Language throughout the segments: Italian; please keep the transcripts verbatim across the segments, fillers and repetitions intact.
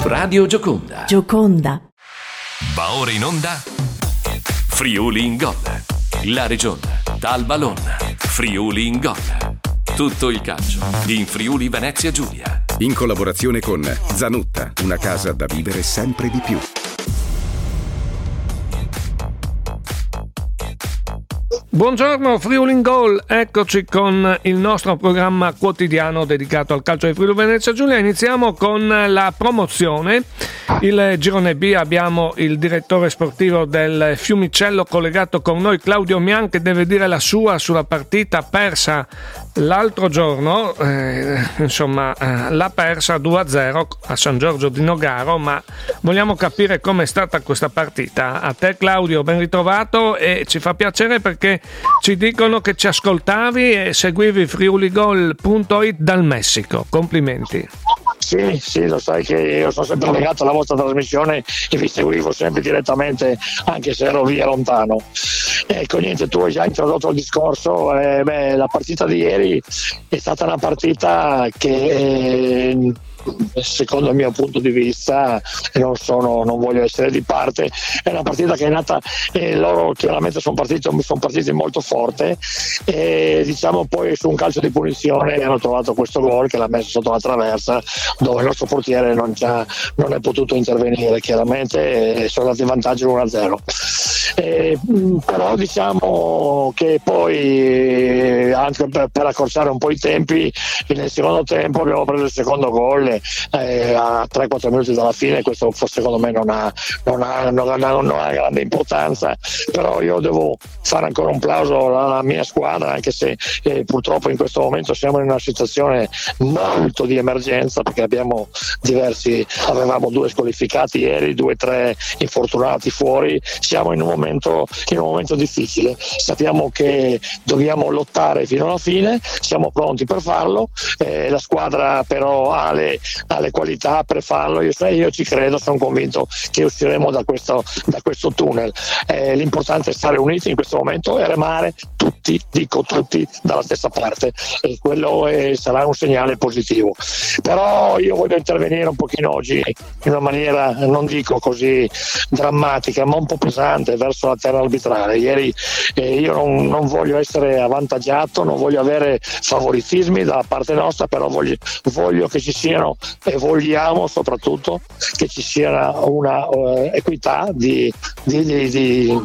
Radio Gioconda. Gioconda. Va ora in onda Friuli in Gol. La regione dal Ballon. Friuli in Gol. Tutto il calcio in Friuli Venezia Giulia. In collaborazione con Zanutta, una casa da vivere sempre di più. Buongiorno Friuli in Gol, eccoci con il nostro programma quotidiano dedicato al calcio di Friuli Venezia Giulia. Iniziamo con la promozione. Il girone B abbiamo il direttore sportivo del Fiumicello collegato con noi, Claudio Mian, che deve dire la sua sulla partita persa l'altro giorno, eh, insomma eh, l'ha persa due a zero a San Giorgio di Nogaro, ma vogliamo capire com'è stata questa partita. A te Claudio, ben ritrovato, e ci fa piacere perché ci dicono che ci ascoltavi e seguivi friuligol punto it dal Messico. Complimenti. Sì, sì, lo sai che io sono sempre legato alla vostra trasmissione e vi seguivo sempre direttamente anche se ero via lontano. Ecco, niente, tu hai già introdotto il discorso. Eh, beh, la partita di ieri è stata una partita che eh, secondo il mio punto di vista, non sono, non voglio essere di parte, è una partita che è nata e loro chiaramente sono partiti, sono partiti molto forte e diciamo poi su un calcio di punizione hanno trovato questo gol che l'ha messo sotto la traversa, dove il nostro portiere non, c'ha, non è potuto intervenire chiaramente e sono andati in vantaggio uno a zero. Eh, però diciamo che poi anche per, per accorciare un po' i tempi, nel secondo tempo abbiamo preso il secondo gol eh, a tre quattro minuti dalla fine. Questo secondo me non ha, non ha, non ha, non ha grande importanza, però io devo fare ancora un plauso alla mia squadra, anche se eh, purtroppo in questo momento siamo in una situazione molto di emergenza, perché abbiamo diversi, avevamo due squalificati ieri, due o tre infortunati fuori, siamo in un momento in un momento difficile, sappiamo che dobbiamo lottare fino alla fine, siamo pronti per farlo, eh, la squadra però ha le, ha le qualità per farlo, io, io ci credo, sono convinto che usciremo da questo, da questo tunnel. Eh, l'importante è stare uniti in questo momento e remare tutti, dico tutti, dalla stessa parte, e quello è, sarà un segnale positivo. Però io voglio intervenire un pochino oggi in una maniera, non dico così drammatica, ma un po' pesante verso la terra arbitrale. Ieri eh, io non, non voglio essere avvantaggiato, non voglio avere favoritismi dalla parte nostra, però voglio, voglio che ci siano, e vogliamo soprattutto che ci sia una uh, equità di, di, di, di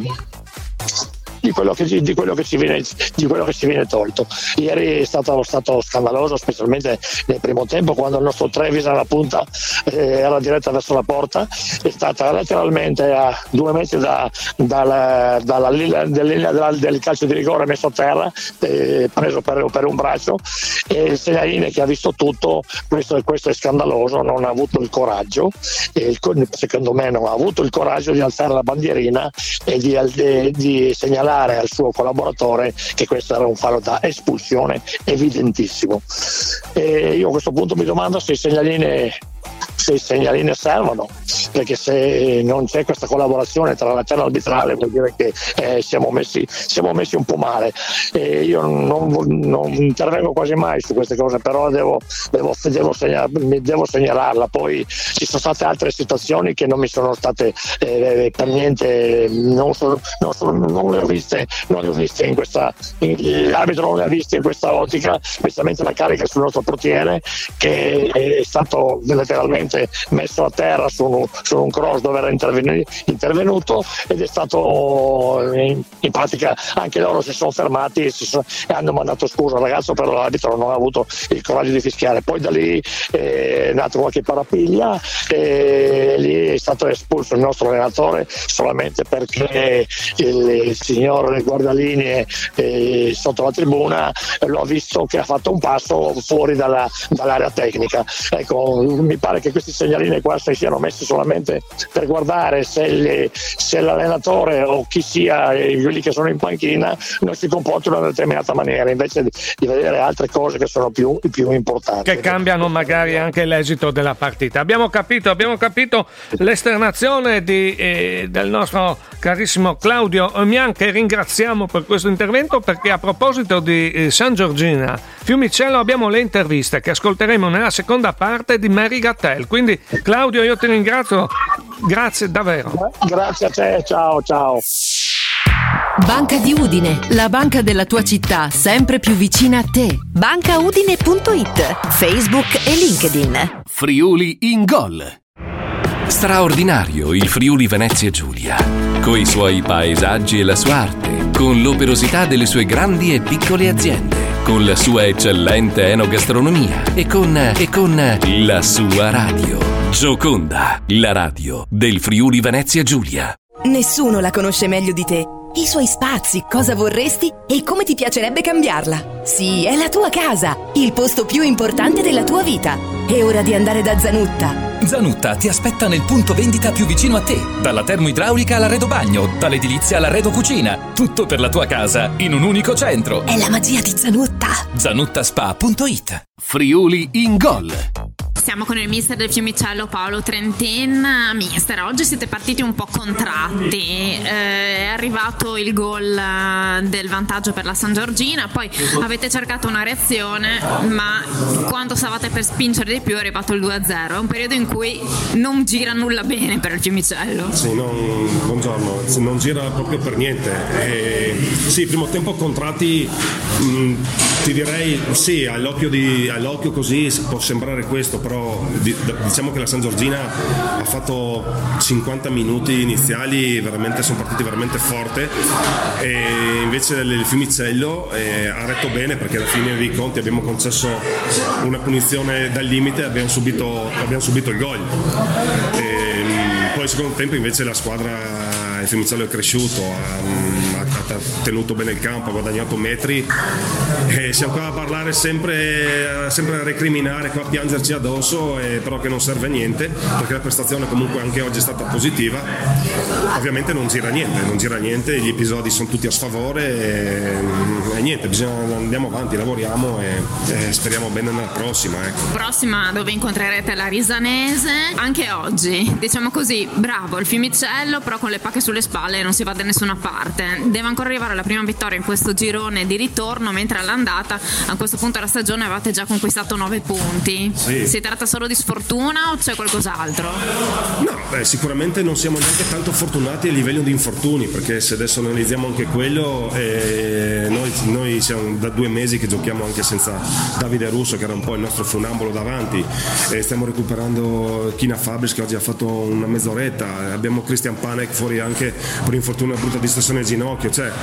Di quello, che, di, quello che ci viene, di quello che ci viene tolto. Ieri è stato, stato scandaloso, specialmente nel primo tempo, quando il nostro Trevisan alla punta eh, era diretta verso la porta, è stata letteralmente a due metri da, dalla, dalla linea, linea del, del calcio di rigore, messo a terra, eh, preso per, per un braccio, e il segnaline che ha visto tutto. Questo, questo è scandaloso, non ha avuto il coraggio, e il, secondo me non ha avuto il coraggio di alzare la bandierina e di, di, di segnalare al suo collaboratore che questo era un fallo da espulsione evidentissimo. E io a questo punto mi domando se i segnaline se i segnaline servono, perché se non c'è questa collaborazione tra la terra arbitrale vuol dire che eh, siamo, messi, siamo messi un po' male. E io non, non intervengo quasi mai su queste cose, però devo, devo, devo, segnalar, devo segnalarla. Poi ci sono state altre situazioni che non mi sono state eh, per niente, non, sono, non, sono, non le ho viste, non le ho viste in questa, in, l'arbitro non le ha viste in questa ottica, specialmente la carica sul nostro portiere, che è stato letteralmente messo a terra su un, su un cross dove era intervenuto, ed è stato in, in pratica anche loro si sono fermati e, si sono, e hanno mandato scusa al ragazzo, però l'arbitro non ha avuto il coraggio di fischiare. Poi da lì è nato qualche parapiglia e lì è stato espulso il nostro allenatore solamente perché il, il signor guardalinee eh, sotto la tribuna lo ha visto che ha fatto un passo fuori dalla, dall'area tecnica. Ecco, mi pare che questi segnaline qua si siano messi solamente semplicemente per guardare se, le, se l'allenatore o chi sia, quelli che sono in panchina, non si comportano in una determinata maniera, invece di, di vedere altre cose che sono più, più importanti, che cambiano magari anche l'esito della partita. Abbiamo capito, abbiamo capito l'esternazione di, eh, del nostro carissimo Claudio Mian, che ringraziamo per questo intervento, perché a proposito di eh, San Giorgina Fiumicello abbiamo le interviste che ascolteremo nella seconda parte di Mary Gattel. Quindi Claudio, io ti ringrazio, grazie davvero. Grazie a te, ciao ciao. Banca di Udine, la banca della tua città, sempre più vicina a te. bancaudine punto it, Facebook e LinkedIn. Friuli in gol. Straordinario il Friuli Venezia Giulia, coi suoi paesaggi e la sua arte, con l'operosità delle sue grandi e piccole aziende, con la sua eccellente enogastronomia e con, e con la sua radio. Gioconda, la radio del Friuli Venezia Giulia. Nessuno la conosce meglio di te. I suoi spazi, cosa vorresti e come ti piacerebbe cambiarla. Sì, è la tua casa, il posto più importante della tua vita. È ora di andare da Zanutta. Zanutta ti aspetta nel punto vendita più vicino a te. Dalla termoidraulica all'arredo bagno, dall'edilizia all'arredo cucina. Tutto per la tua casa in un unico centro. È la magia di Zanutta. zanuttaspa punto it. Friuli in gol. Siamo con il mister del Fiumicello Paolo Trentin. Mister, oggi siete partiti un po' contratti, eh, è arrivato il gol del vantaggio per la San Giorgina, poi avete cercato una reazione, ma quando stavate per spingere di più è arrivato il due a zero. È un periodo in cui non gira nulla bene per il Fiumicello. Sì, non, buongiorno, non gira proprio per niente. E, sì, primo tempo contratti, mh, ti direi sì, all'occhio, di, all'occhio così può sembrare questo, però diciamo che la San Giorgina ha fatto cinquanta minuti iniziali, veramente sono partiti veramente forte, e invece il Fiumicello eh, ha retto bene, perché alla fine dei conti abbiamo concesso una punizione dal limite e abbiamo subito, abbiamo subito il gol. E, poi al secondo tempo invece la squadra, il Fiumicello è cresciuto, ha, ha tenuto bene il campo, ha guadagnato metri, e siamo qua a parlare sempre, sempre a recriminare, qua a piangerci addosso, e però che non serve a niente, perché la prestazione comunque anche oggi è stata positiva. Ovviamente non gira niente, non gira niente, gli episodi sono tutti a sfavore, e, e niente, bisogna, andiamo avanti, lavoriamo e, e speriamo bene nella prossima. Ecco. Prossima dove incontrerete la Risanese, anche oggi, diciamo così, bravo il Fiumicello, però con le pacche sulle spalle non si va da nessuna parte. Deve ancora arrivare la prima vittoria in questo girone di ritorno, mentre all'andata a questo punto della stagione avevate già conquistato nove punti. Sì. Si tratta solo di sfortuna o c'è qualcos'altro? No, beh, sicuramente non siamo neanche tanto fortunati a livello di infortuni, perché se adesso analizziamo anche quello, eh, noi, noi siamo da due mesi che giochiamo anche senza Davide Russo, che era un po' il nostro funambolo davanti, e stiamo recuperando Kina Fabris, che oggi ha fatto una mezz'oretta, abbiamo Christian Panek fuori anche per infortunio, una brutta distorsione al ginocchio, cioè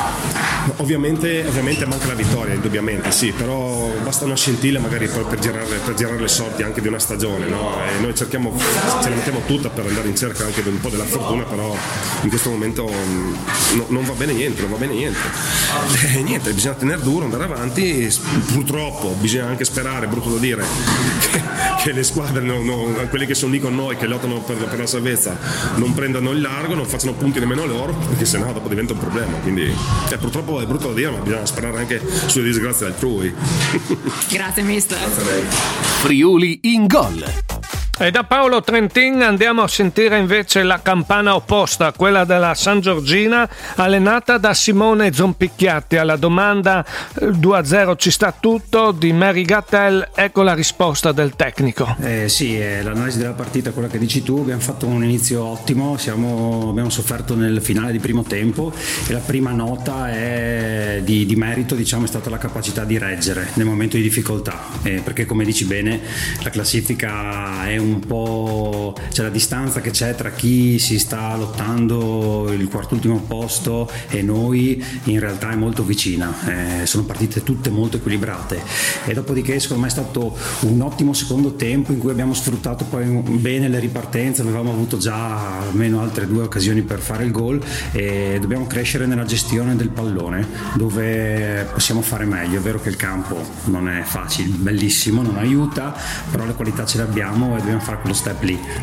ovviamente, ovviamente manca la vittoria, indubbiamente sì, però basta una scintilla magari per, per, girare, per girare le sorti anche di una stagione, no? E noi cerchiamo, ce la mettiamo tutta per andare in cerca anche di un po' della fortuna, però in questo momento no, non va bene niente, non va bene niente. E niente, bisogna tenere duro, andare avanti, purtroppo bisogna anche sperare, brutto da dire, che, che le squadre, non, non, quelli che sono lì con noi, che lottano per, per la salvezza, non prendano il largo, non facciano punti nemmeno loro, perché sennò dopo diventa un problema, quindi eh, purtroppo è brutto da dire, ma bisogna sperare anche sulle disgrazie altrui. Grazie mister. Grazie a lei. Friuli in gol. E da Paolo Trentin andiamo a sentire invece la campana opposta, quella della San Giorgina, allenata da Simone Zompicchiatti. Alla domanda due a zero ci sta tutto di Mary Gattel, ecco la risposta del tecnico. Eh, sì, è l'analisi della partita, quella che dici tu. Abbiamo fatto un inizio ottimo, siamo, abbiamo sofferto nel finale di primo tempo, e la prima nota è di, di merito, diciamo, è stata la capacità di reggere nel momento di difficoltà, eh, perché come dici bene la classifica è un un po', c'è la distanza che c'è tra chi si sta lottando il quartultimo posto e noi, in realtà è molto vicina, eh, sono partite tutte molto equilibrate, e dopodiché secondo me è stato un ottimo secondo tempo in cui abbiamo sfruttato poi bene le ripartenze, avevamo avuto già almeno altre due occasioni per fare il gol, e dobbiamo crescere nella gestione del pallone, dove possiamo fare meglio. È vero che il campo non è facile, bellissimo, non aiuta, però le qualità ce le abbiamo e dobbiamo fare quello step lì,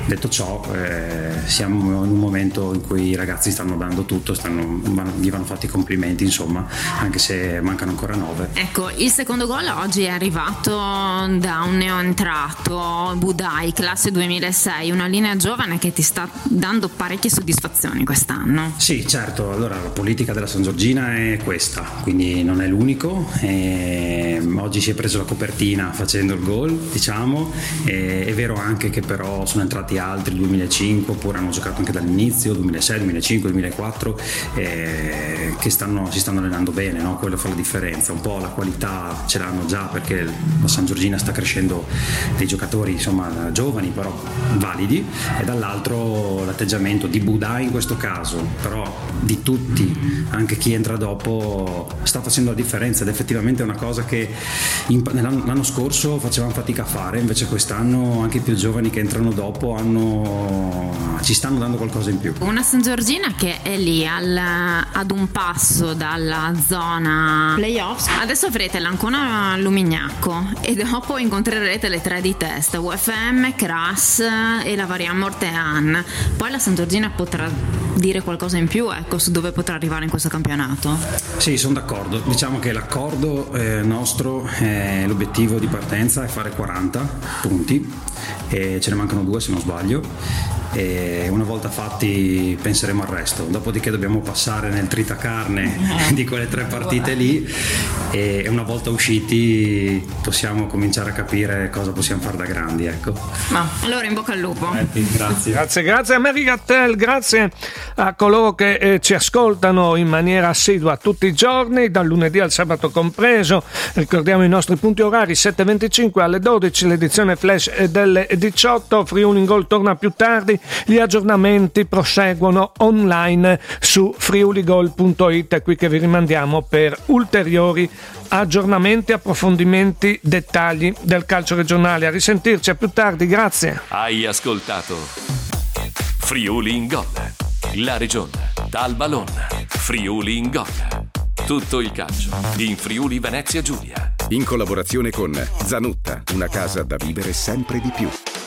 detto ciò, eh, siamo in un momento in cui i ragazzi stanno dando tutto, stanno, gli vanno fatti i complimenti, insomma, anche se mancano ancora nove. Ecco, il secondo gol oggi è arrivato da un neoentrato, Budaj, classe duemilasei, una linea giovane che ti sta dando parecchie soddisfazioni quest'anno. Sì, certo, allora la politica della San Giorgina è questa, quindi non è l'unico. E oggi si è preso la copertina facendo il gol, diciamo, e è vero anche che però sono entrati altri duemilacinque, oppure hanno giocato anche dall'inizio, duemilasei, duemilacinque, duemilaquattro, eh, che stanno, si stanno allenando bene, no? Quello fa la differenza, un po' la qualità ce l'hanno già, perché la San Giorgina sta crescendo dei giocatori, insomma, giovani però validi, e dall'altro l'atteggiamento di Budaj in questo caso, però di tutti, anche chi entra dopo, sta facendo la differenza, ed effettivamente è una cosa che in, l'anno scorso facevamo fatica a fare, invece quest'anno anche i più giovani che entrano dopo hanno, ci stanno dando qualcosa in più. Una San Giorgina che è lì al, ad un passo dalla zona playoffs. Adesso avrete l'Ancona Lumignacco e dopo incontrerete le tre di testa, U F M, Cras e la Varian Mortean. Poi la San Giorgina potrà dire qualcosa in più, ecco, su dove potrà arrivare in questo campionato. Sì, sono d'accordo, diciamo che l'accordo eh, nostro, eh, l'obiettivo di partenza è fare quaranta punti, e ce ne mancano due se non sbaglio, e una volta fatti penseremo al resto, dopodiché dobbiamo passare nel tritacarne di quelle tre partite lì, e una volta usciti possiamo cominciare a capire cosa possiamo fare da grandi, ecco. Ma allora in bocca al lupo. Eh, grazie. Grazie, grazie a Mary Gattel, grazie a coloro che eh, ci ascoltano in maniera assidua tutti i giorni, dal lunedì al sabato compreso. Ricordiamo i nostri punti orari: sette e venticinque alle dodici, l'edizione flash è delle diciotto, Friuli in Gol torna più tardi, gli aggiornamenti proseguono online su friuligol punto it, è qui che vi rimandiamo per ulteriori aggiornamenti, approfondimenti, dettagli del calcio regionale. A risentirci, a più tardi, grazie. Hai ascoltato Friuli in Gol, la regione dal Ballon. Friuli in Gol, tutto il calcio in Friuli Venezia Giulia, in collaborazione con Zanutta, una casa da vivere sempre di più.